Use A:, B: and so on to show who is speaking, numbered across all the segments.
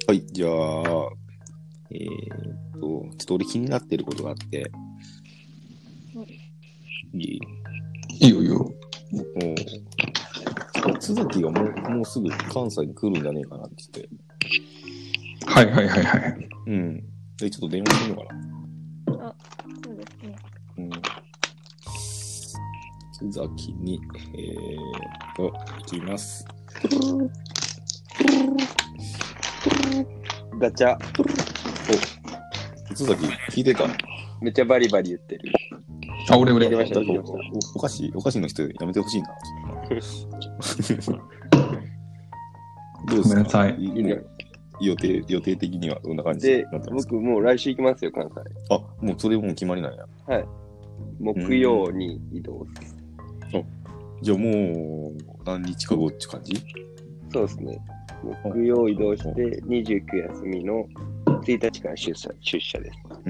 A: はい、じゃあ、ちょっと俺気になってることがあって、いい？
B: いいよいいよ。
A: 津崎がもうすぐ関西に来るんじゃねえかなって言って。
B: はいはいはいはい。
A: うん。で、ちょっと電話してみようかな。
C: あ、そうですね。
A: うん。津崎に、行きます。
D: ガチャ。
A: お、津崎、聞いてた？
D: めっちゃバリバリ言ってる。
B: あ、俺。
D: 聞いてました、聞いてまし
A: おかしいの人やめてほしいな。どうですか？
B: ごめんなさい。
D: いいね。
A: 予定的にはどんな感じ
D: で
A: になってますか？
D: 僕もう来週行きますよ、関西。
A: あ、もうそれもう決まりなんや。
D: はい。木曜に移動する。
A: じゃあもう何日か後って感じ？
D: そうですね。木曜移動して、29休みの1日から出社です。
A: うん。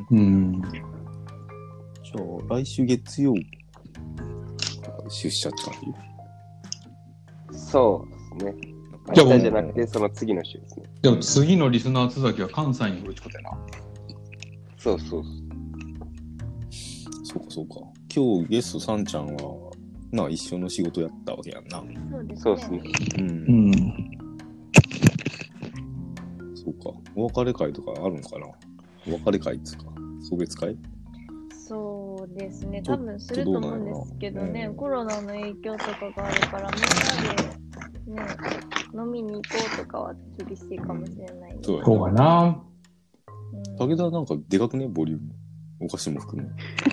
B: じ
A: ゃあ来週月曜出社って感じ？
D: そうですね。
B: じゃあ
D: 明日じゃなくて、その次の週ですね。
B: でも次のリスナー津崎は関西に来るってことやな。
D: そうそう。
A: そうか。今日ゲストさんちゃんは一緒の仕事やったわけやんな。
D: そうですね。
A: そうか。お別れ会とかあるのかな？お別れ会っつうか、送別会？
C: そうですね。多分すると思うんですけどね、コロナの影響とかがあるから、みんなでね、飲みに行こうとかは厳しいかもしれない。
A: そう
B: かな。
A: 武田なんかでかくね、ボリューム。お菓子も含め。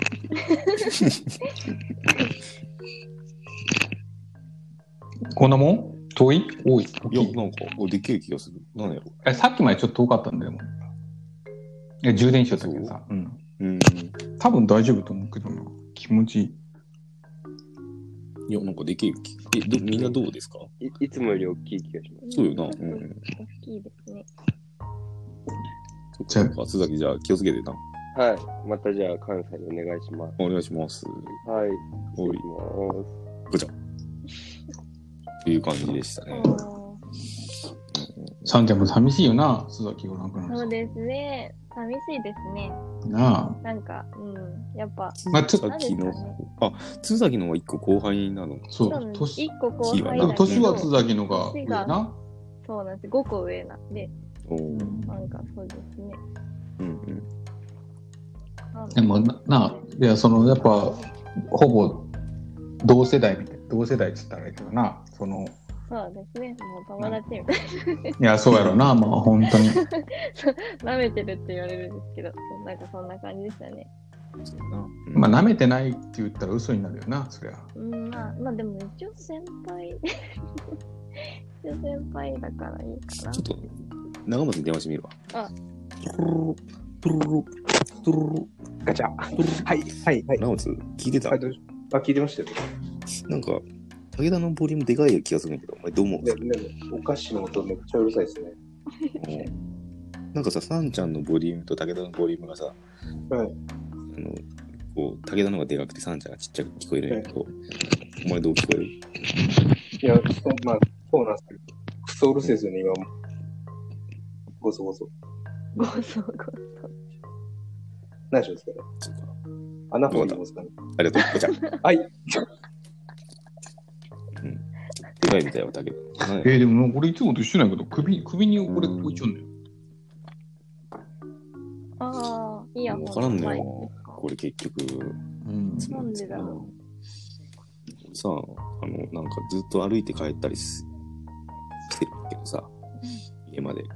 B: こんなもん？遠い？多い？
A: いや、なんか、でっけえ気がする。何やろ？
B: さっきまでちょっと遠かったんだよ。充電しよったけどさ。多分大丈夫と思うけどな。気持ちいい。
A: いや、なんかでけえ気。みんなどうですか？
D: いつもより大きい気がします。
A: そうよな。大
C: きいですね。
A: じゃあ、津崎じゃあ気をつけてな。
D: はい。またじゃあ関西にお願いします。
A: お願いします。
D: はい。
A: おい。ガチャ。っていう感じでしたね。
B: さんちゃんも寂しいよな、津崎がなくなる。
C: そうですね。寂しいですね。
B: なあ。
C: なんか、やっぱ。
A: 津崎の、津崎の方が一個後輩なの。
B: そう。
C: 一個後輩だけど。
B: 年は津崎のが上な。
C: そうなんです。5個上なんで。なんかそうですね。
B: でもいや、やっぱ、ほぼ同世代って言ったらいいけどな、
C: そうですね、もう友達みたいな。
B: いや、そうやろな、まあ本当に。
C: 舐めてるって言われるんですけど、なんかそんな感じでしたね。
B: まあ舐めてないって言ったら嘘になるよな、そりゃ。
C: まあでも一応先輩だからいいかな。
A: ちょっと長松に電話してみるわ。
D: ガチャ。はい。
A: 長松聞いてた？
D: 聞いてましたよ。
A: なんか武田のボリュームでかい気がするんだけど、お前どう思う？
D: お菓子の音めっちゃうるさいですね。
A: なんかさ、さんちゃんのボリュームと武田のボリュームがさ、こう武田の方がでかくてさんちゃんがちっちゃく聞こえるんやけど、お前どう聞こえる？
D: いや、まあそうなんですけど、クソうるせえですよね、今も。ゴソゴソ。何しますかね。穴掘りますかね。
A: ありがとう。ガチャ。
D: はい。
A: でかいみたいよ、武田。
B: でも俺いつもと一緒なんやけど、首に俺置いちゃうんだよ。
C: いいや。
A: わからんのよ、これ結局。
C: なんでだろ
A: う。さあ、なんかずっと歩いて帰ったりしてるけどさ、家まで。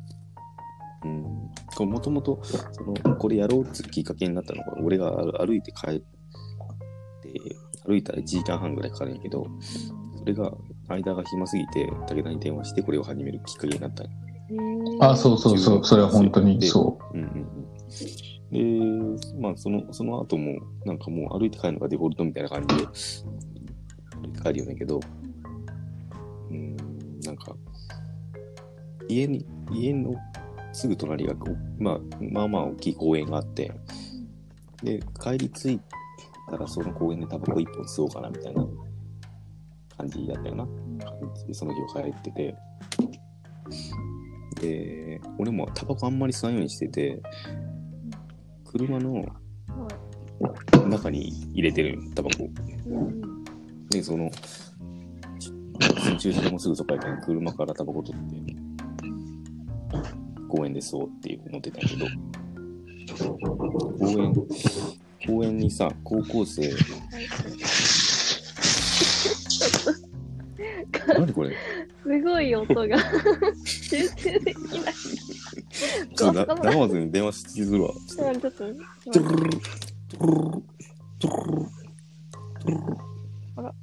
A: もともとこれやろうってきっかけになったのが、俺が歩いて帰って歩いたら1時間半ぐらいかかるんやけど、それが間が暇すぎて武田に電話してこれを始めるきっかけになったんや。
B: そうそれは本当にそう。
A: で、まあその後もなんかもう歩いて帰るのがデフォルトみたいな感じで歩いて帰るよねんけど、なんか家のすぐ隣がまあ大きい公園があって、で帰り着いたらその公園でタバコ一本吸おうかなみたいな感じだったよな。その日を帰ってて、 俺もタバコあんまり吸わんようにしてて、車の中に入れてるタバコ。で、その駐車場もすぐそこやから車からタバコ取って公園で吸おうって思ってたんやけど、公園にさ、高校生何これ
C: すごい音が集中できない。
A: ちょっと長松に電話しするわ。
C: ちょっとあら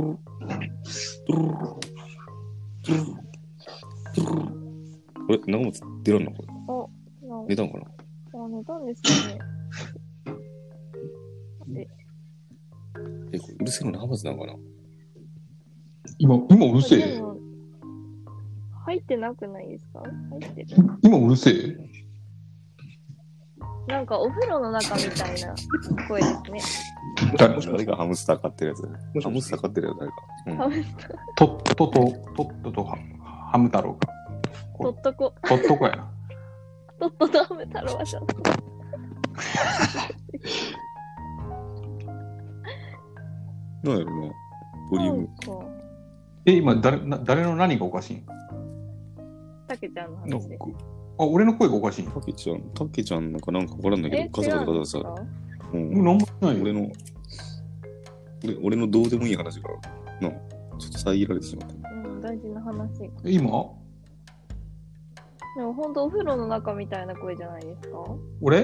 A: これ長松出らんのこれ。寝たんかな。
C: 寝たんですかね。
A: これうるせえの長松なんかな。
B: 今うるせえ。
C: 入ってなくないですか？入ってる。
B: 今うるせえ。
C: なんかお風呂の中みたいな声ですね。
A: 誰がハムスター飼ってるやつ？ハムスター飼ってるやつ誰か。
C: ハムスター。
B: とっとハム太郎か。
C: とっとこ
B: やな。
C: とっととハム太郎はちょっと。
A: なんやろな。ボリューム。
B: 今誰の何がおかしいん？
C: たけちゃんの話で。
B: 俺の声がおかしいん？
A: たけちゃんなんかわからんだけど、カサカサさ。
B: なんもないよ。
A: 俺のどうでもいい話がちょっと遮られてしまった。
C: 大事な話。
B: 今？
C: でも本当お風呂の中みたいな声じゃないですか？
B: 俺？い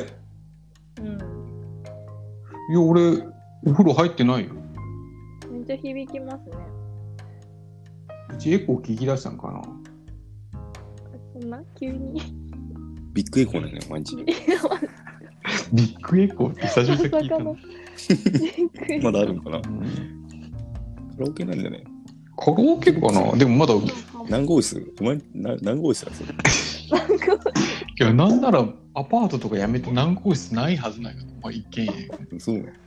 B: や、俺お風呂入ってないよ。
C: めっちゃ響きますね。
B: うちエコー聞き出したんかな。
C: そんな急に
A: ビッグエコーなんね、毎日。
B: ビッグエコーって久しぶりに聞いたの。
A: まだあるんかな。カラオケなんじゃね。
B: カラオケかな。でもまだ
A: 何号室？お前何号室だそれ。
B: いや、なんならアパートとかやめて何号室ないはずないから、まあ、一軒家。
A: そうね。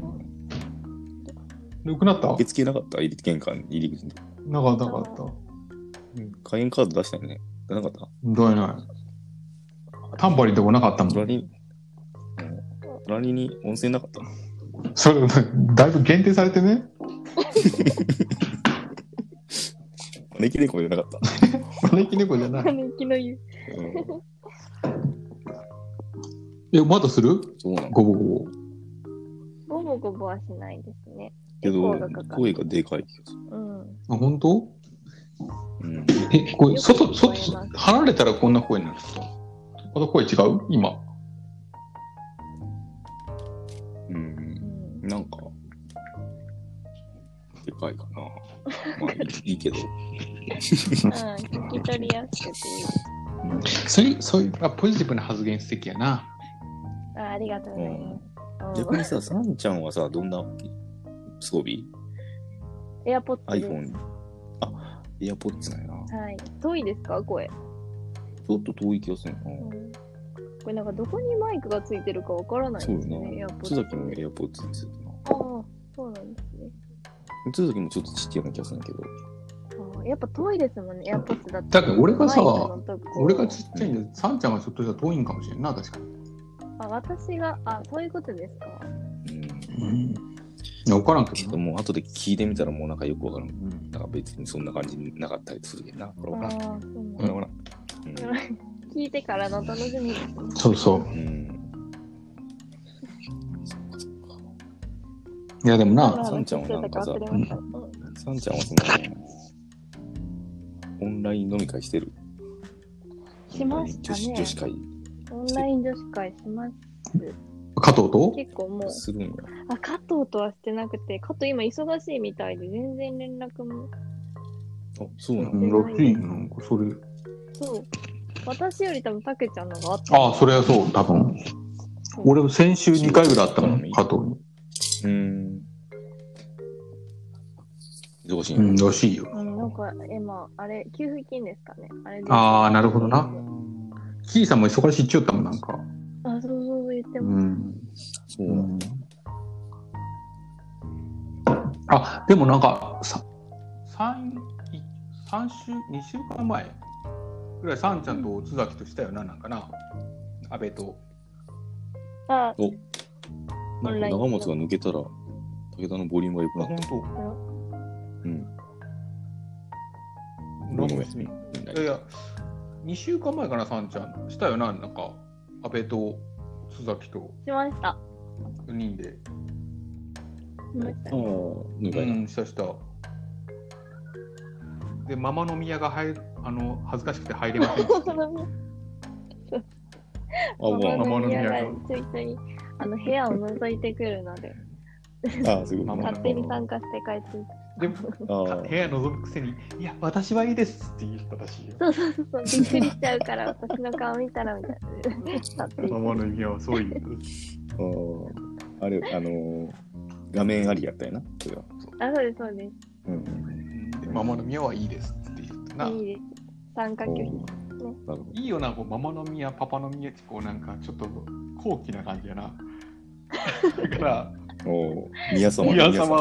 B: よくなった？
A: 受付なかった？玄関入り口に。
B: なかった。
A: 会員カード出したよね。出なかった？
B: どうやない。タンバリンとこなかったもん。
A: 隣に温泉なかった？
B: それ、だいぶ限定されてね。
A: 招き猫じゃなかった。
B: 招き猫じゃない。
C: 招きの湯。
B: まだする？
A: そうなの。
B: ゴボゴボ。
C: ゴボゴボはしないですね。
A: けど、声がでかい気がする。
B: あ、本当？これ、外、離れたらこんな声になると。また声違う？今。
A: なんか、でかいかな。まあ、いいけど。
C: 聞き取りやすくていい。
B: そういうポジティブな発言素敵やな。
C: ありがとうございます。
A: 逆にさ、サンちゃんはさ、どんな装備？
C: エアポッツです。
A: iPhone。エアポッツなんやな。
C: はい。遠いですか声？
A: ちょっと遠い気がするな。
C: これなんかどこにマイクがついてるかわからないですね。エアポッツ。
A: 津崎もエアポッツにするな。
C: そうなんですね。
A: 津崎もちょっとちっちゃいような気がするけど。
C: やっぱ遠いですもんね、エアポッツだって。
B: だから俺がちっちゃいんで、サンちゃんがちょっとしたら遠いんかもしれんな、確かに。
C: 私が、そういうことですか。
B: 分からんけど。
A: もう後で聞いてみたらもうなんかよくわからん。なんか別にそんな感じなかったりするけどな。ほら。
C: 聞いてからの楽しみ。
B: そうそう。いやでもな、
A: サンちゃんはなんかさ、サンちゃんはそのオンライン飲み会してる？
C: しましたね。
A: 女子会。
C: オンライン女子会します。
B: 加藤と？
C: 結構もう。
A: するんや。
C: 加藤とはしてなくて、加藤今忙しいみたいで全然連絡も。
A: そうなの？
B: らしいなんかそれ。
C: そう。私より多分たけちゃんのがあった。
B: それはそう、多分。俺先週2回ぐらいあったもん、加藤に。
A: 忙しい
B: らしいよ。
C: なんか今、あれ、給付金ですかね。
B: なるほどな。キーさんも忙しいっちゃったもん、なんか。
C: そう言ってます。
A: そうなん
B: だ。でもなんか、2週間前ぐらいさんちゃんと津崎としたよな、なんかな。安倍と。
C: あ、
A: お、なんか長松が抜けたら、武田のボリュームが良くなった。うん。ごめん。
B: いやいや、2週間前かな、さんちゃん。したよな、なんか、安倍と津崎と
C: しました。
B: 4人で。
C: しました。
B: した。で、ママの宮が恥ずかしくて入れませんでした。
C: ママの宮がついつい部屋を覗いてくるので、勝手に参加して帰って。
B: でも部屋覗くくせに、いや、私はいいですって言ったらしいよ。
C: そう、びっくりしちゃうから、私の顔見たらみたいな。
B: ママの宮はそういう。
A: あれ、画面ありやったよな、それは。
C: そうです、そうです。
B: ママの宮はいいですって言ったな。
C: いいです。参加拒否。
B: いいよな、こうママの宮、パパの宮って、こうなんかちょっと高貴な感じやな。だから、
A: 宮様。
B: なんか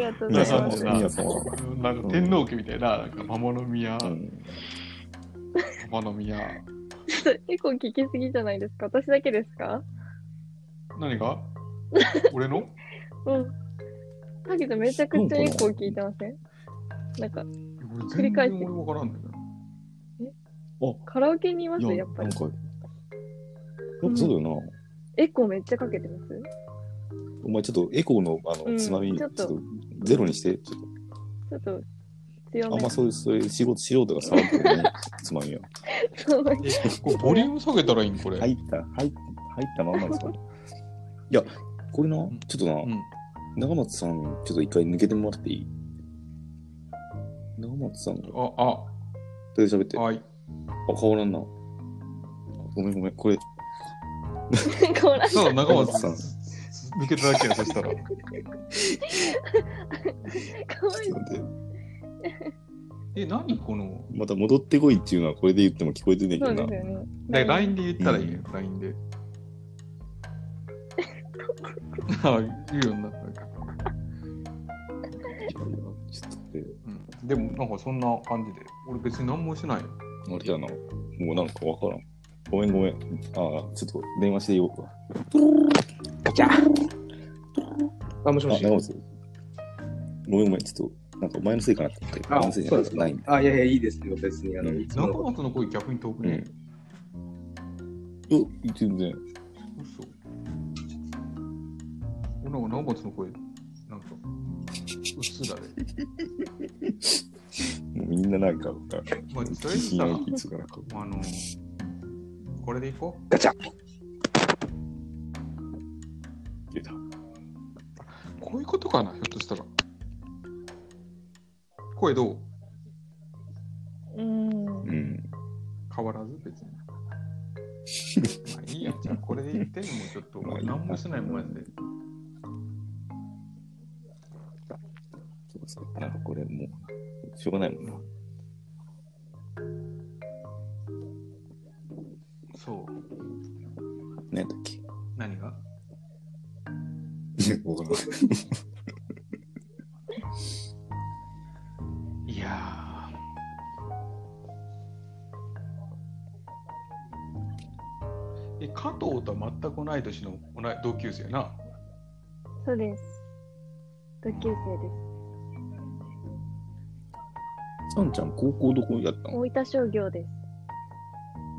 B: 天皇家みたいな、なんかママの宮、パパの宮。
C: エコー聞きすぎじゃないですか？私だけですか？
B: 何が？俺の？
C: だけどめちゃくちゃエコー聞いてません？なんか、繰り返して。
B: わからんねんな。
C: カラオケにいますやっぱり。
A: そうだよな。
C: エコーめっちゃかけてます？
A: お前ちょっとエコーのつまみ、ちょっとゼロにして、ち
C: ょっと強め。
A: あんまそういう素人が触ってるね、つまみは。
B: ボリューム下げたらいいんこれ。
A: 入ったまんまですか？いや、これな、ちょっとな、長松さん、ちょっと一回抜けてもらっていい？長松さんが。それで喋って。
B: はい。
A: 変わらんな。ごめん、これ。
C: 変わらんな。
B: 長松さん。抜けただけや、そしたら。かわいい。何この。
A: また戻ってこいっていうのはこれで言っても聞こえてねえけどな。
C: そうですよね。
B: LINE で言ったらいいよ、LINE で。言うようになった。でもなんかそんな感じで、俺別に何もしないよ。
A: あれやな、もうなんかわからん。ごめん。ちょっと電話して言おうか。
D: ガチャもしもし。
A: ごめん、ちょっと、なんかお前のせいかなって思って。
D: そうですか。いや、いいですよ、別に。
B: 中松の声逆に遠くね。
A: 全然。
B: 嘘。俺なんか中松の声、なんか、うっすらで。
A: もうみんななんか、
B: まあ、それさ、これでいこう。
D: ガチャ
A: 出た。
B: こういうことかな、ひょっとしたら。声どう？変わらず別に。まあいいや、じゃあこれで言ってもちょっと何もしないもんやで。
A: そう、なんかこれもうしょうがないもんな。
B: そう。
A: 何だっけ？
B: 何が？
A: わからん。
B: いや加藤とは全く同い年の同級生な。
C: そうです。同級生です。
A: さんちゃん、高校どこやったの？
C: 大分商業です。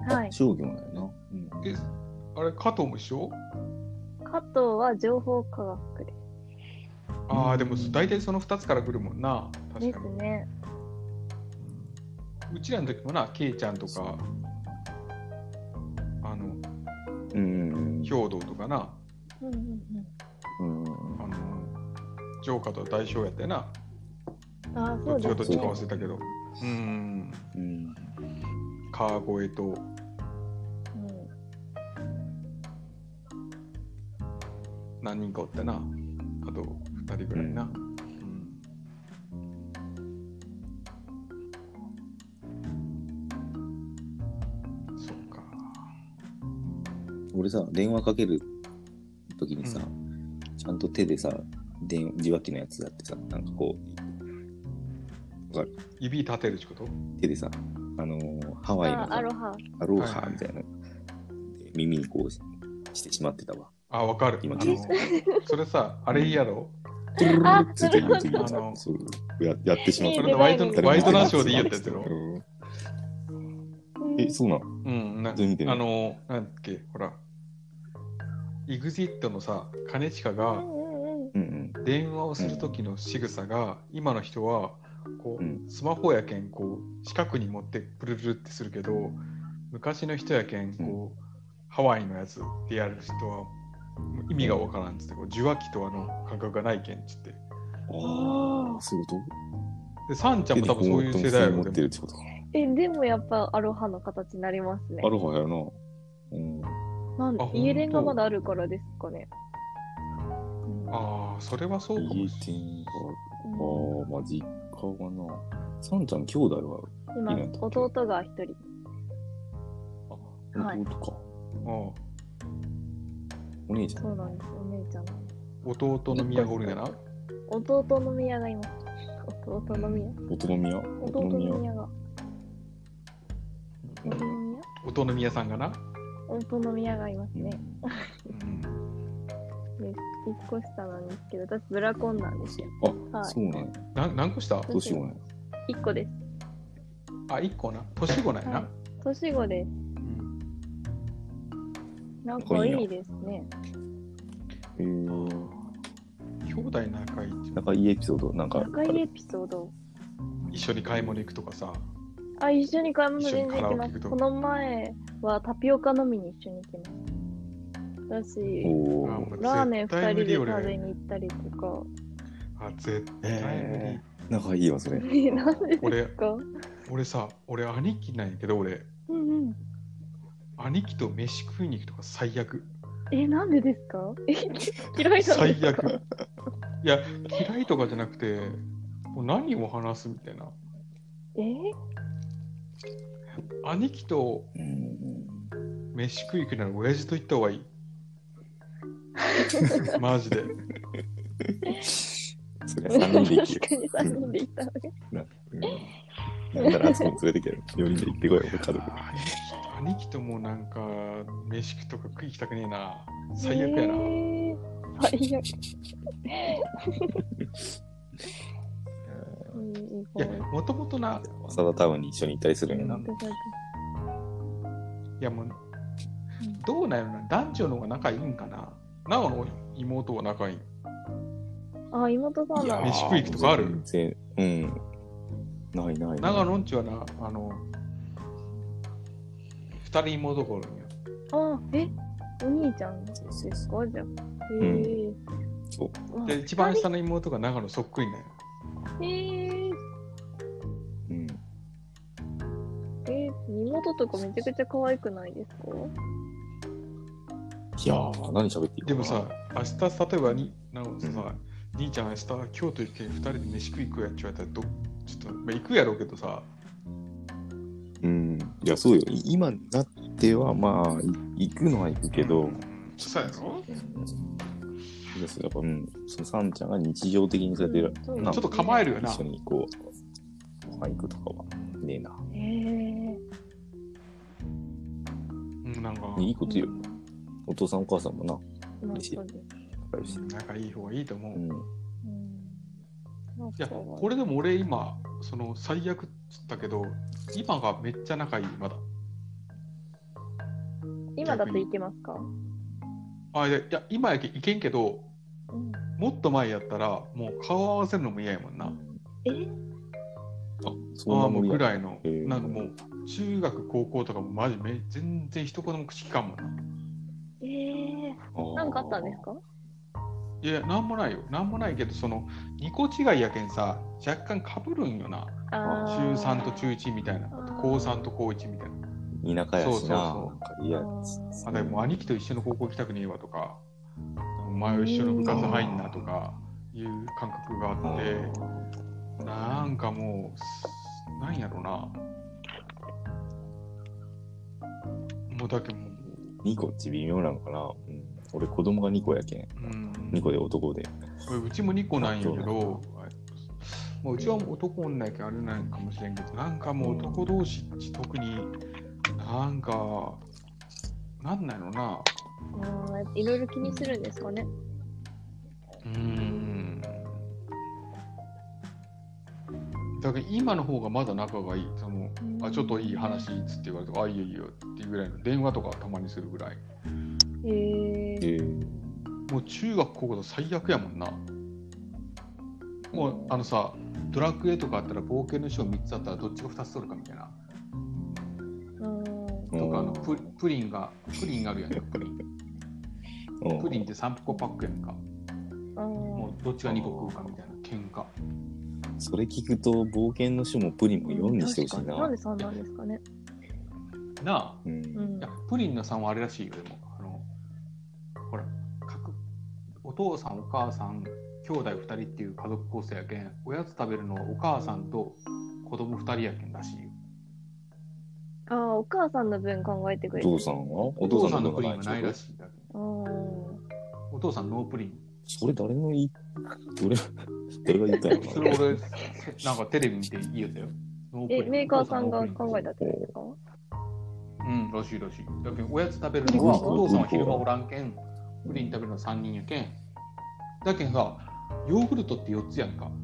C: はい。
A: 商業なんやな。
B: あれ、加藤も一緒？
C: 加藤は情報科学です。
B: でも大体その2つから来るもんな。確かに。
C: ですね。
B: うちらの時もな、ケイちゃんとか、兵道とかな。ジョーカーと大将やったよな。
C: そうですね。
B: どっちか忘れたけど。川越と、何人かおったな。あと2人ぐらいな。そうか。
A: 俺さ、電話かけるときにさ、ちゃんと手でさ、受話器のやつだってさ、なんかこう、わかる？
B: 指立てるってこと？
A: 手でさ、 ハワイの
C: アロハ。
A: アロハみたいな、耳にこうしてしまってたわ。
B: あ、わかる。
A: 今
B: それさ、あれいいやろ。
C: あ、
A: ついてる時にやってしまった。
B: それワイドナショーでいいやったやつやろ。
A: そうなの？
B: うん、なんだっけ、ほら、EXIT のさ、兼近が電話をする時の仕草が、今の人はこうスマホやけんこう近くに持ってプルルルってするけど、昔の人やけんこうハワイのやつでやる人は意味がわからんっつって、受話器と感覚がないけんっつって。
A: ああ、そういうこ
B: とで、サンちゃんも多分そういう世代を持ってるってことか。
C: でもやっぱアロハの形になりますね。
A: アロハやな。
C: 家電がまだあるからですかね。
B: ああ、それはそうかもしれない。
A: 家電がまあ実家がな。サンちゃん兄弟はい
C: ます。弟が一人。
A: 弟か。
B: お
A: 姉ちゃん。
C: そうなんです、お姉ちゃん。
B: 弟の宮がおるやな。
C: 弟の宮がいます。弟の宮。
A: 弟の宮。
C: 弟の宮が。
B: 弟の宮さんがな。
C: 弟の宮がいますね。1個下なんですけど、私ブラコンなんですよ。
A: あ、そうね。
B: 何個下？
A: 年子ね。
C: 1個です。
B: あ、1個な。年子なんやな。
C: 年子です。なんかいいですね。
B: 兄弟仲いい。
A: 仲いいエピソード
C: 仲いいエピソード。
B: 一緒に買い物行くとかさ。
C: 一緒に買い物全然行きます。この前はタピオカ飲みに一緒に行きます。私、ラーメン2人で食べに行ったりとか。
B: あ、絶対無理。
A: 仲いいわ、それ。
C: なんでですか？
B: 俺兄貴なんやけど、兄貴と飯食いに行くとか最悪。
C: なんでですか？嫌いなんですか？
B: 最悪。いや、嫌いとかじゃなくて、もう何を話すみたいな。兄貴と飯食い行くなら親父と行った方がいい。マジで。
A: それは3人で行け
C: る。確かに3人で行った方がいい。
A: なんだらあそこに連れてける。4人で行ってこいよ、家族。
B: 兄貴ともなんか飯とか食い行きたくねえな。最悪やな。
C: 最悪。
B: いや、もともとな、
A: 早田タウンに一緒に行ったりするんやな。い
B: やもう、どうなんやろな、男女の方が仲いいんかな。なおの妹は仲いい。
C: 妹さんだ。
B: 飯食い行くとかある？
A: ない。
B: 長野んちはな、2人妹がおるんや。
C: お兄ちゃんですかじゃあ。
A: そう。
B: で、一番下の妹が長野そっくりなんや。
C: 妹とかめちゃくちゃ可愛くないですか？
A: いやー、何喋っていいかな。
B: でもさ、明日、例えば兄ちゃん明日京都行って2人で飯食い行くやっちゅうやったらちょっと、行くやろうけどさ。
A: いや、そうよ。今だっては、まあ、行くのは行くけど。
B: そうやろ？
A: やっぱ、そのサンちゃんが日常的にそうやって、
B: ちょっと構えるよな。
A: 一緒にこう、ご飯行くとかはねえな。
B: なんか
A: いいことよ。お父さんお母さんもな。
B: 仲いい方がいいと思う。いや、これでも俺今、最悪っつったけど、今がめっちゃ仲いい、まだ。
C: 今だといけますか？
B: いや、今やけいけんけど、もっと前やったら、もう顔合わせるのも嫌やもんな。もうぐらいの、なんかもう、中学、高校とかもマジ全然一言も口聞かんもんな。
C: なんかあったんですか？
B: いや、なんもないよ。なんもないけど、2個違いやけんさ、若干かぶるんよな。中3と中1みたいな。高3と高1みたいな。
A: 田舎やしな。
B: でも兄貴と一緒の高校行きたくねえわとか、お前は一緒の部活入んなとかいう感覚があって、なんかもう、なんやろな。もうだけもう。
A: 2個って微妙なのかな。俺子供が2個やけん。2個で男で。
B: うちも2個なんやけど、 もううちは男女やけんあれないかもしれんけど、なんかもう男同士って特になんか、なんなのな。
C: いろいろ気にするんですかね。
B: だから今の方がまだ仲がいい。ちょっといい話っつって言われて、いいよいいよっていうぐらいの電話とかたまにするぐらい。もう中学高校と最悪やもんな。もうさ、ドラクエとかあったら冒険の書3つあったらどっちが2つ取るかみたいな。とかプリンあるやんか、プリン。プリンって3個パックやんか。もうどっちが2個食うかみたいな喧嘩。
A: それ聞くと冒険の書もプリンも4にしてほしいな。
C: なんで3なんですかね。
B: なあ、いやプリンの3はあれらしいよ。でもほら、お父さんお母さん兄弟2人っていう家族構成やけん、おやつ食べるのはお母さんと子供2人やけんらしいよ。
C: お母さんの分考えてくれてる。
A: お父さんは
B: お父さんのプリンはないらしいだけ。お父さんノープリン。
A: それ誰の言い誰が言ったのかな。
B: それ俺なんかテレビ見て言いよったよ。
C: メーカーさんが考えたってことですか？
B: らしい。だけどおやつ食べるのはお父さんは昼間おらんけん、プリン食べるのは3人やけん。だけどさ、ヨーグルトって4つやんか。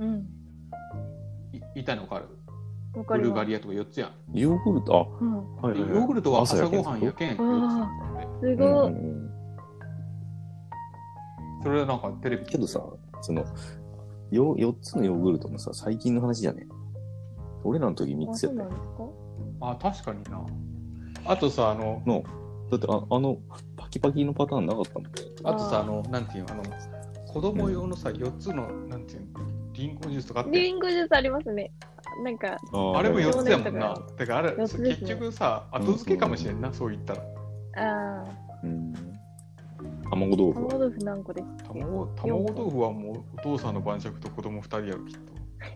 B: 痛いの分かる？ブルガリアとか4つやん。
A: ヨーグルト、
B: ヨーグルトは朝ごはんやけん。
C: すごい。
B: それはなんかテレビ
A: けどさ、4つのヨーグルトもさ、最近の話じゃね。俺らの時3つやったよ。
B: 確かにな。あとさ、
A: だってパキパキのパターンなかったもんね。
B: あとさ、なんていうの、子供用のさ、4つの、なんていうの、リンゴジュースとかあって。
C: リンゴジュースありますね。なんか、
B: あれも4つやもんな。だからあれ、結局さ、後付けかもしれんな、そう言ったら。
A: 卵豆腐。
C: 卵豆腐何個ですか？
B: 卵豆腐はもうお父さんの晩酌と子供2人やろ、きっと。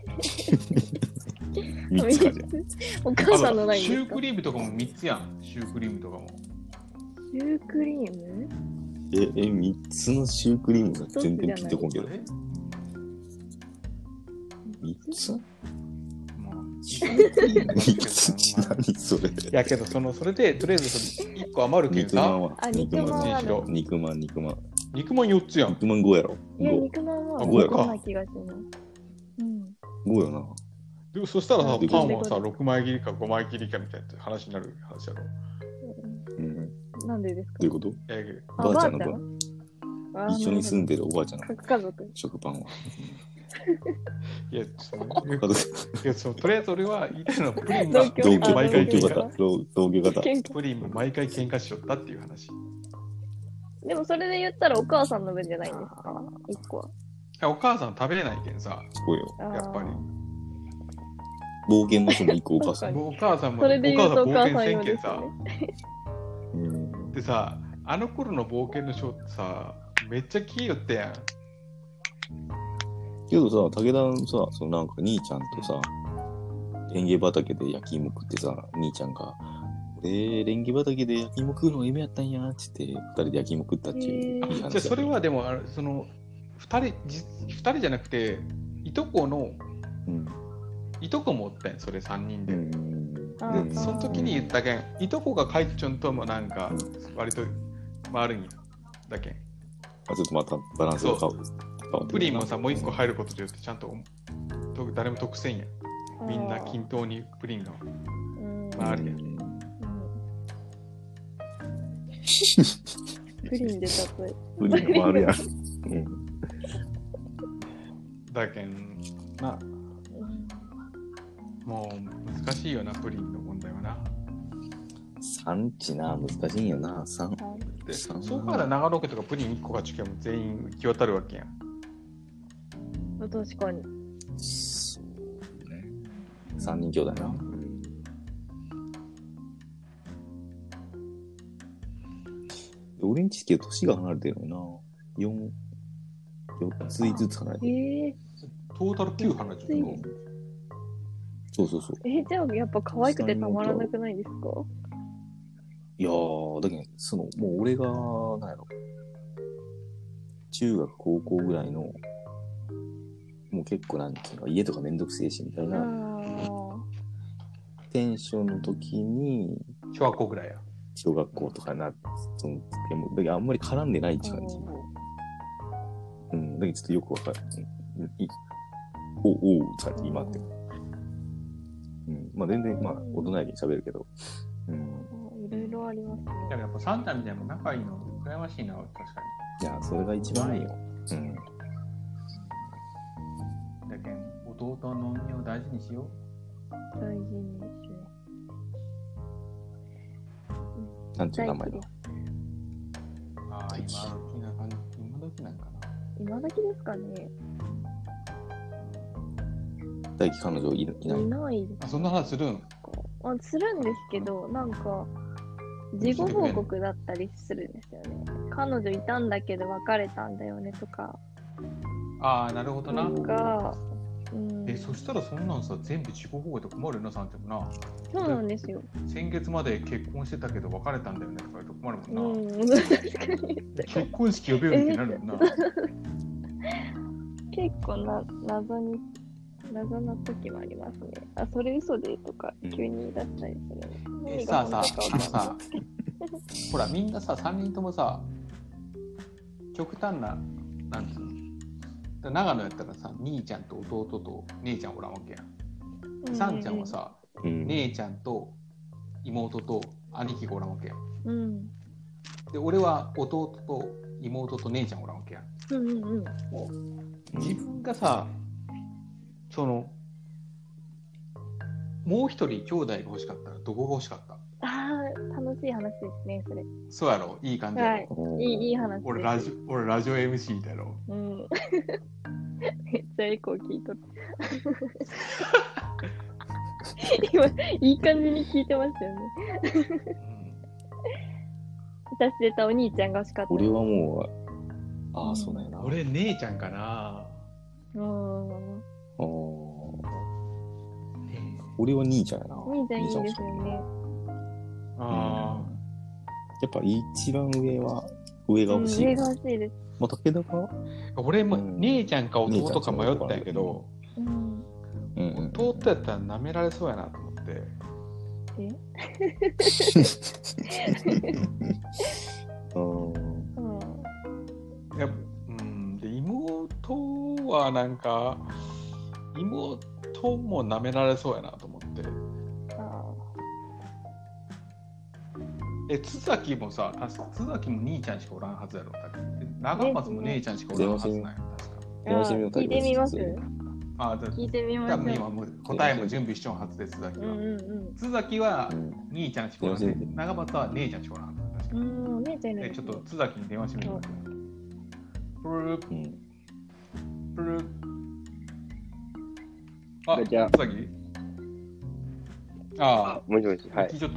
A: 3つかじゃん。
C: お母さんのないんですか？
B: シュークリームとかも3つやん。シュークリームとかも。
C: シュークリーム
A: 3つのシュークリームが全然ピンとこんけど。3つ3つ何それ。
B: いやけど、それで、とりあえず1個余るけんさ。
A: 肉まん
B: 4つやん。
A: 肉まん5やろ。
C: いや、肉まんは
A: 5や
C: か。気がします。
A: 5やな。
B: でもそしたらさ、パンはさ、6枚切りか5枚切りかみたいな話になる話やろ。
C: なんでですか？
A: どういうこと？おばあちゃんの分。一緒に住んでるおばあちゃんの
C: 家族。
A: 食パンは。
B: いや、とりあえず俺は言いたいのはプリンが
A: 同居型。
B: プリンも毎回喧嘩しよったっていう話。
C: でもそれで言ったらお母さんの分じゃないんですか？1個は。
B: お母さん食べれないけんさ。
A: そうよ。
B: やっぱり。
A: 冒険の人も1個お母さん。
B: お母さんも
C: それで言うとお母さん用
B: けんさ。
C: ですね。
B: でさ、あの頃の冒険の書ってさ、めっちゃ気よったやん。
A: けどさ、武田のさ、なんか兄ちゃんとさ、レンゲ畑で焼き芋食ってさ、兄ちゃんが、レンゲ畑で焼き芋食うのが夢やったんやっつって、2人で焼き芋食ったっていういい話。
B: じゃあそれはでも、2人じゃなくて、いとこの、いとこもおったんそれ3人で。で、その時に言ったけん、いとこがかいちょんともなんか、割と回るんや。だけん。
A: ちょっとまたバランスが変わる。
B: プリンもさ、もう1個入ることによってちゃんと誰も得せんや。みんな均等にプリンが回るやん。
C: プリンで例え。
A: プリンが回るやん。
B: だけんな。もう難しいよな、プリンの問題はな。
A: 産地な、難しいんよな、3。
B: そうから長野県とかプリン1個がちけんも全員行き渡るわけやん。
C: 確かに。
A: そうね。3人兄弟な。俺んちって年が離れてるのにな。4つ5つ離れてる。
B: トータル9離れてるの。
A: そう。
C: じゃあやっぱ可愛くてたまらなくないですか？
A: いやー、だけど、もう俺が、なんやろ。中学、高校ぐらいの、 もう結構なんていうの、家とかめんどくせえしみたいなテンションの時に、
B: 小学校ぐらいや。
A: 小学校とかな、そのでもだけどあんまり絡んでないって感じ。うん、だけどちょっとよくわかる。おうって感じ、今って。うん、まあ全然、まあ大人やけに喋るけど。うん。
C: いろいろありますね。
B: だからやっぱサンタみたいなの仲いいの羨ましいな、確か
A: いや、それが一番いいよ。うん。
B: だけん、弟の恩義を大事にしよう。
C: 大事にしよう。
A: なんていう名前だ。
B: ああ、今時な感じ、今時なんかな。
C: 今時ですかね。
A: 大輝彼女いない？
C: いないです。
B: あ、そんな話するん？
C: するんですけど、なんか、事後報告だったりするんですよね。彼女いたんだけど別れたんだよねとか。
B: ああ、なるほどな。
C: なんか、
B: そしたらそんなんさ、全部自己保護で困るよな、さんちゃんもな。
C: そうなんですよ。
B: 先月まで結婚してたけど別れたんだよねとか言うと困るもんな。
C: 確かに。
B: 結婚式呼べよってなるもんな。
C: 結構謎な時もありますね。あ、それ嘘でとか急に出したりする。
B: さあ、ほらみんなさ、3人ともさ、極端な、なんつうの、長野やったらさ、兄ちゃんと弟と姉ちゃんおらんわけやん。さんちゃんはさ、姉ちゃんと妹と兄貴がおらんわけやん。で、俺は弟と妹と姉ちゃんおらんわけやん。自分がさ、そのもう一人兄弟が欲しかったらどこが欲しかった？
C: ああ、楽しい話ですね、それ。
B: そうやろ、いい感じやろ。
C: はい、いい話です。
B: 俺ラジオ MC だろ。
C: めっちゃエコー聞いとる。今、いい感じに聞いてましたよね。私出たお兄ちゃんが欲しかった。
A: 俺はもう、そうだよな。
B: 俺姉ちゃんかな。
A: 俺は兄ちゃんやな。
C: 兄ちゃんいいですよね。
A: やっぱ一番上が欲しい。
C: 上が欲しいです。
A: まあ、武田か？
B: 俺も姉ちゃんか弟か迷ったんやけど、弟やったら舐められそうやなと思って。で妹はなんか妹も舐められそうやなと思って。津崎もさ、津崎も兄ちゃんしかおらんはずやろ。長松も姉ちゃんしかおらんはずなんや、確か。
C: 聞いてみます？
B: 聞いてみます。多分今も答えも準備しちゃうはずです、津崎は。津崎は兄ちゃんしかおらんはず。長松は姉ちゃんしかおらんはず。確か。
C: 姉ちゃんいる。
B: ちょっと津崎に電話してみます。プルあ、
D: じゃあ
B: 津崎？
D: もしもし、はい。
B: 聞いちゃった？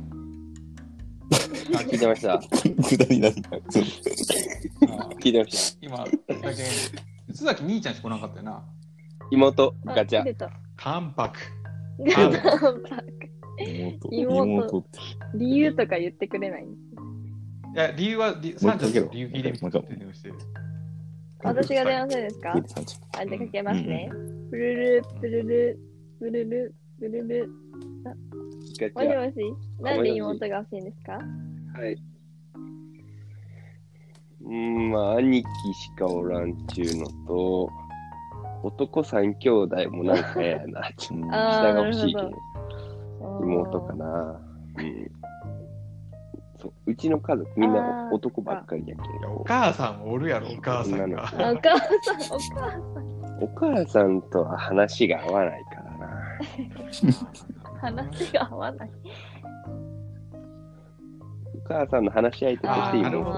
D: 聞いてました。
A: くだりなんだ。
D: 聞いてました。
B: 今だけ津崎兄ちゃんしかおらんかったよな。
D: 妹ガチャ。
B: 関白。
C: 妹って理由とか言ってくれない？
B: いや、理由はサンちゃんの理由聞いてみて電話して。
C: 私が電話するんですか？じゃあかけますね。プルルプルルプルルプルル。もしもし、なんで妹が欲しいんですか？
D: はい。まあ、兄貴しかおらんちゅうのと、男3兄弟もなんかやな。下が欲しいけど、妹かな。うちの家族みんな男ばっかりやけど。
B: お母さんおるやろ、お母さんが。
D: お母さんとは話が合わないからな。
C: 話が合わない。
D: お母さんの話し相手としていいの？
B: なる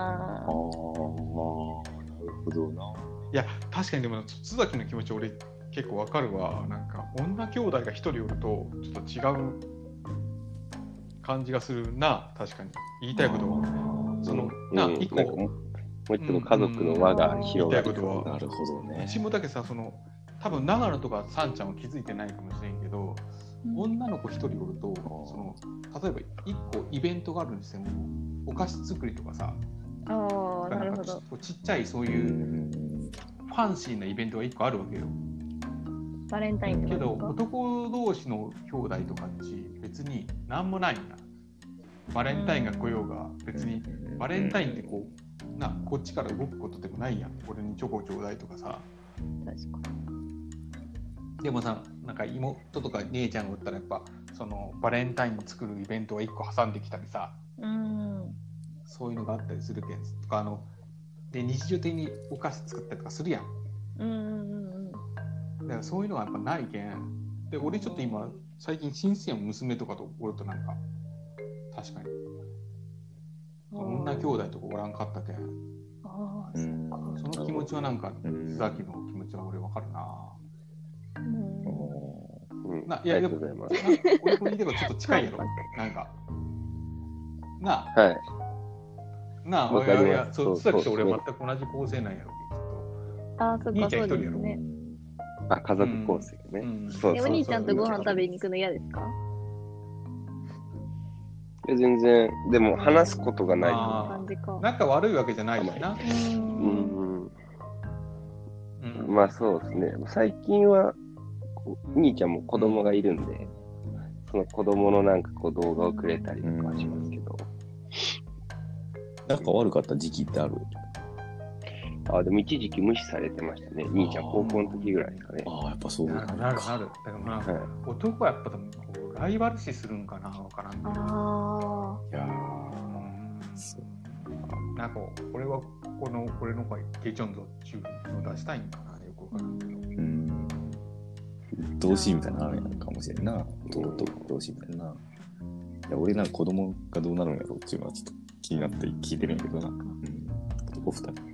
A: ほどな。
B: いや、確かにでも津崎の気持ち俺結構わかるわ。なんか女兄弟が一人おるとちょっと違う感じがするな。確かに言いたいことはその一個
D: もう一個家族の輪が広がる。
A: なるほどね。
B: うちもだけさ、その多分長野とかさんちゃんは気づいてないかもしれんけど、女の子一人おるとその例えば一個イベントがあるにしてもお菓子作りとかさ、
C: なるほど。
B: ちっちゃいそういうァンシーなイベントが1個あるわけよ。
C: バレンタインとか
B: けど男同士の兄弟とかっち別に何もないんだ。バレンタインが来ようが別にバレンタインってこっちから動くことでもないやん。俺にチョコちょうだいとかさ。
C: 確か
B: でもさ、なんか妹とか姉ちゃんがおったらやっぱそのバレンタイン作るイベントが1個挟んできたりさ、そういうのがあったりするけんとかで日常的にお菓子作ったりとかするやん。だからそういうのがやっぱないけん。で俺ちょっと今最近新鮮な娘とかとおるとなんか確かに女兄弟とかおらんかったけん。その気持ちはなんか須崎の気持ちは俺わかるな。いや、でも俺これでもちょっと近いやろ。なんか
D: わかります。
B: 須崎と俺は全く同じ構成なんやろ。兄ちゃん一人やろ。
D: 家族構成ね。
C: お兄ちゃんとご飯食べに行くの嫌ですか？
D: 全然、でも話すことがない
B: と。仲悪いわけじゃないよな。
D: まあそうですね。最近は兄ちゃんも子供がいるんで、その子供のなんかこう動画をくれたりとかはしますけど。
A: 仲悪かった時期ってある？
D: でも一時期無視されてましたね。兄ちゃん高校の時ぐらいですかね。
A: やっぱそうなる。
B: だからまあ、男はやっぱこうライバル視するんかな、わからんけど。なんか俺は俺のゲチョンゾっていうの出したいんかな、よくわからんけど。
A: 同志みたいなのあるかもしれんな。同志みたいな。いや俺なんか子供がどうなるんやろっていうのはちょっと気になって聞いてるんやけどな。男二人。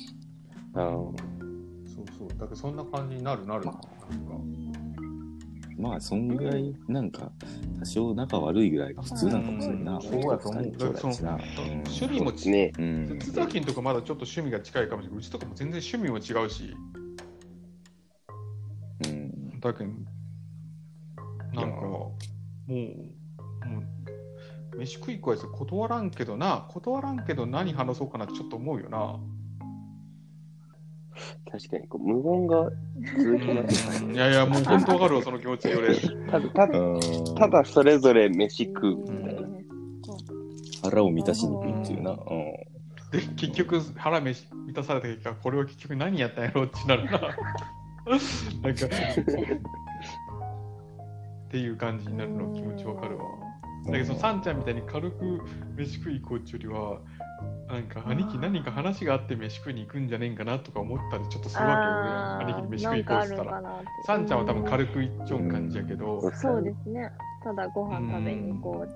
B: そうだからそんな感じになるなんか
A: まあそんぐらいなんか多少仲悪いぐらいが普通なのかもしれんな。
B: そうやと思う。趣味もね、津崎のとこまだちょっと趣味が近いかもしれない。うちとかも全然趣味も違うし。だけどなんかもう飯食い行こうやつ断らんけど何話そうかなってちょっと思うよな。
D: 確かに無言が続きますね。
B: いやもう本当わかるわその気持ち俺。
D: ただそれぞれ飯食うみたいな。
A: 腹を満たしに行くっていうな。
B: で結局腹満たされた結果これは結局何やったんやろうってなるな。なんかっていう感じになるの気持ちわかるわ。だけどそのサンちゃんみたいに軽く飯食い行こうっていうよりはなんか兄貴何か話があって飯食いに行くんじゃねえんかなとか思ったりちょっとするわけよ。俺兄貴に飯食い行こうって言ったらサンちゃんは多分軽く行っちゃう感じやけど、
C: そうですね。ただご飯食べに行こうって。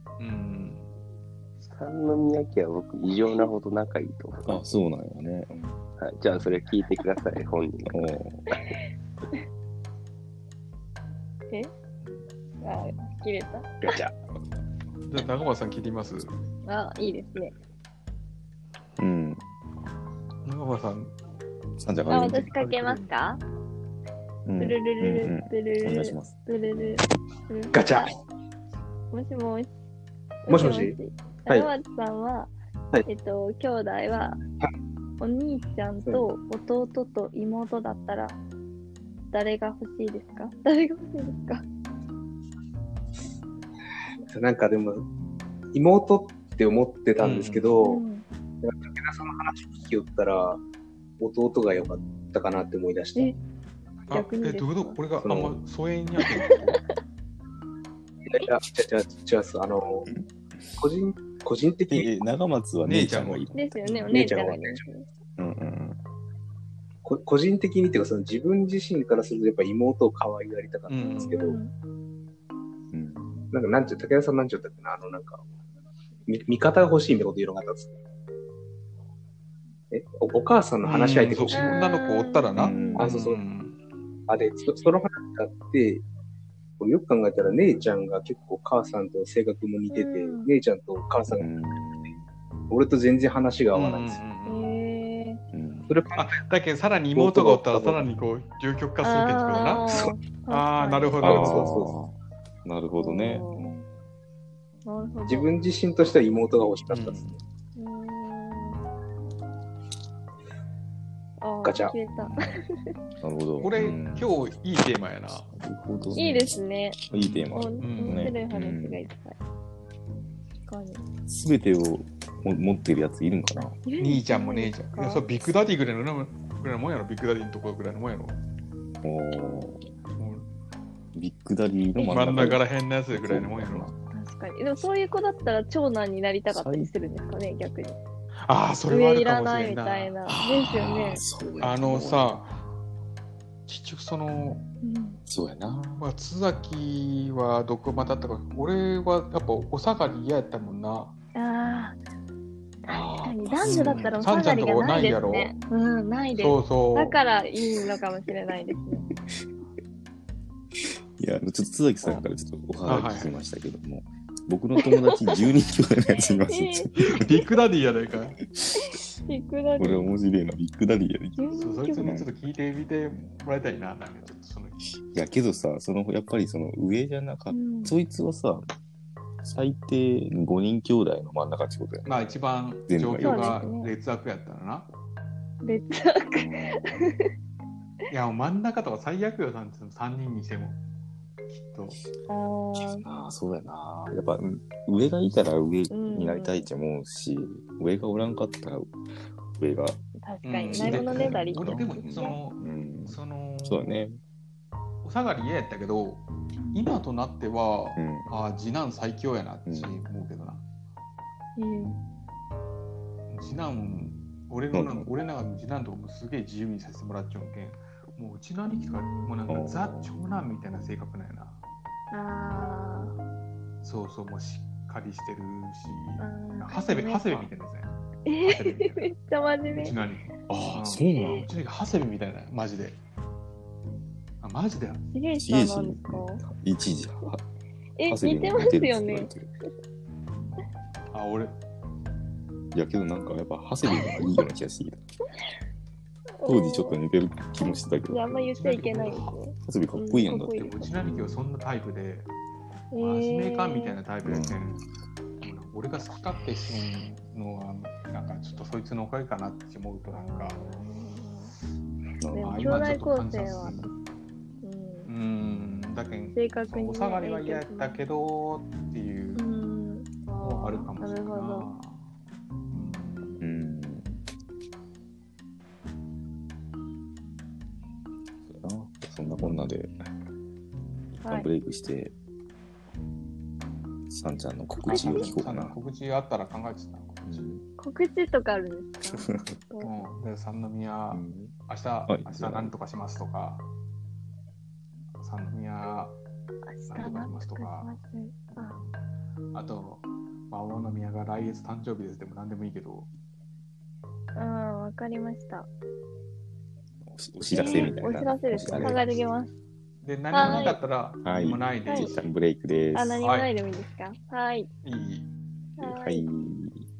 D: 三宮家は僕異常なほど仲いいと思う。
A: そうなんよね。
D: はい、じゃあそれ聞いてください本人が。
C: 切れた。
D: ガチャ。
B: じゃあ中村さん聞いてみます？
C: いいですね。
B: 中村さん。
C: 私かけますか？プルルルルプルルル
A: お願いします。
C: プルル
E: ガチャ。
C: もしもし。
E: もしもし。
C: 中松さんは兄弟はお兄ちゃんと弟と妹だったら誰が欲しいですか？誰が欲しいですか？
E: なんかでも妹って思ってたんですけど、武田さんの話聞きよったら弟が良かったかなって思い出した。
C: 逆に
B: どういうこと？これがあんま疎遠にあってる
E: 違う個人的に
A: 長松は姉ちゃんがいい
C: ですよね。お姉ちゃんがいい。
E: 個人的にっていうかその自分自身からするとやっぱ妹を可愛がりたかったんですけど、なんて武田さんなんて言ったっけな、なんか味方が欲しいみたいなこと言うのがあったんです。お母さんの話し相手が欲しい。
B: 女の子おったらな。
E: そう。でその話があって。よく考えたら姉ちゃんが結構母さんと性格も似てて、姉ちゃんと母さんが俺と全然話が合わないんですよ。それ
B: だけどさらに妹がおったらさらにこう両極化するけどな。なるほど。
A: なるほどね。
E: 自分自身としては妹が欲しかったですね。 ガチャ。
C: 消えた。
A: なるほど。
B: これ、今日いいテーマやな。
A: なるほど。
C: いいですね。
A: いいテーマ。
C: 面白い話がいっぱい。確かに。
A: すべてを持ってるやついるんかな。
B: 兄ちゃんも姉ちゃん。いや、そう、ビッグダディぐらいのもんやろ、ビッグダディのところぐらいのもんやろ。
A: ビッグダディの
B: 真ん中らへんのやつぐらいのもんやろ。
C: 確かに。でもそういう子だったら長男になりたかったりするんですかね、逆に。
B: ああ、それはある
C: 上いら
B: かもしれんな。
C: ないみたいな。ですよね。
B: さ、結局
A: そうやな。
B: まあ、津崎はどこまでだったか、俺はやっぱお下がり嫌やったもんな。
C: ああ、確かに男女だったらお下がりがないですね。うん、ないです。
B: そうそう。
C: だからいいのかもしれないですね。
A: いや、ちょっと津崎さんからちょっとお話聞きましたけども、僕の友達10人兄弟のやついます
B: ビッグダディやないか。
C: ビッグダディ。
A: これ面白いな、ビッグダディやね。
B: そいつにちょっと聞いてみてもらいたいな、なんかちょっと
A: いや、けどさ、やっぱり上じゃなかった、そいつはさ、最低5人兄弟の真ん中ってことやね。
B: まあ一番状況が劣悪やったらな。
C: 劣悪
B: いや、真ん中とか最悪よ、3人にしても。きっと。
A: そうやな。やっぱ上がいたら上になりたいって思うし、上がおらんかったら上が。
C: 確かに、ないものねだり。
B: 俺でも
A: そうだね。
B: お下がり嫌やったけど、今となっては、次男最強やなって思うけどな。次男、俺の中の次男とかもすげえ自由にさせてもらっちゃうけん。もううちの兄貴がもうなんかザ長男みたいな性格なんやな。そうそう、もうしっかりしてるし、長谷部みたいなやつね。
C: めっちゃ真面目。
B: うちの兄貴。ああ、そうなの。うちの兄貴長谷部みたいな、マジで。あ、マジだよ。
C: すげえ人なんですか？
A: 一時。
C: 似てますよね。
B: あ、俺。
A: いやけどなんかやっぱ長谷部がいいような気がしてきた。当時ちょっと似てる気もしてたけど。
C: あんま言っちゃいけないですね。
A: 長谷部かっこいいやんだって。
B: うちの兄貴はそんなタイプで、使命感みたいなタイプやけん、俺が好き勝手してるのは、なんかちょっとそいつのおかげかなって思うとなんか、
C: 兄弟構成は。
B: だけど、お下がりは嫌やったけどっていうのもあるかもしれないな。
A: そんなこんなで一旦ブレイクして、さんちゃんの告知を聞こうかな。
B: 告知あったら考えてた。
C: 告知とかあるんですか？
B: で三宮、明日何とかしますとか、三宮何とかしますとか、あと大宮が来月誕生日ですでも何でもいいけど。
C: わかりました。
A: お知らせみたいな。
C: お知らせですね。考えておきます。
B: で、何もなかったら、
A: 何
B: もないで。
A: 一旦ブレイクです。
C: 何もないでもいいですか？はい。
B: いい。
A: はい。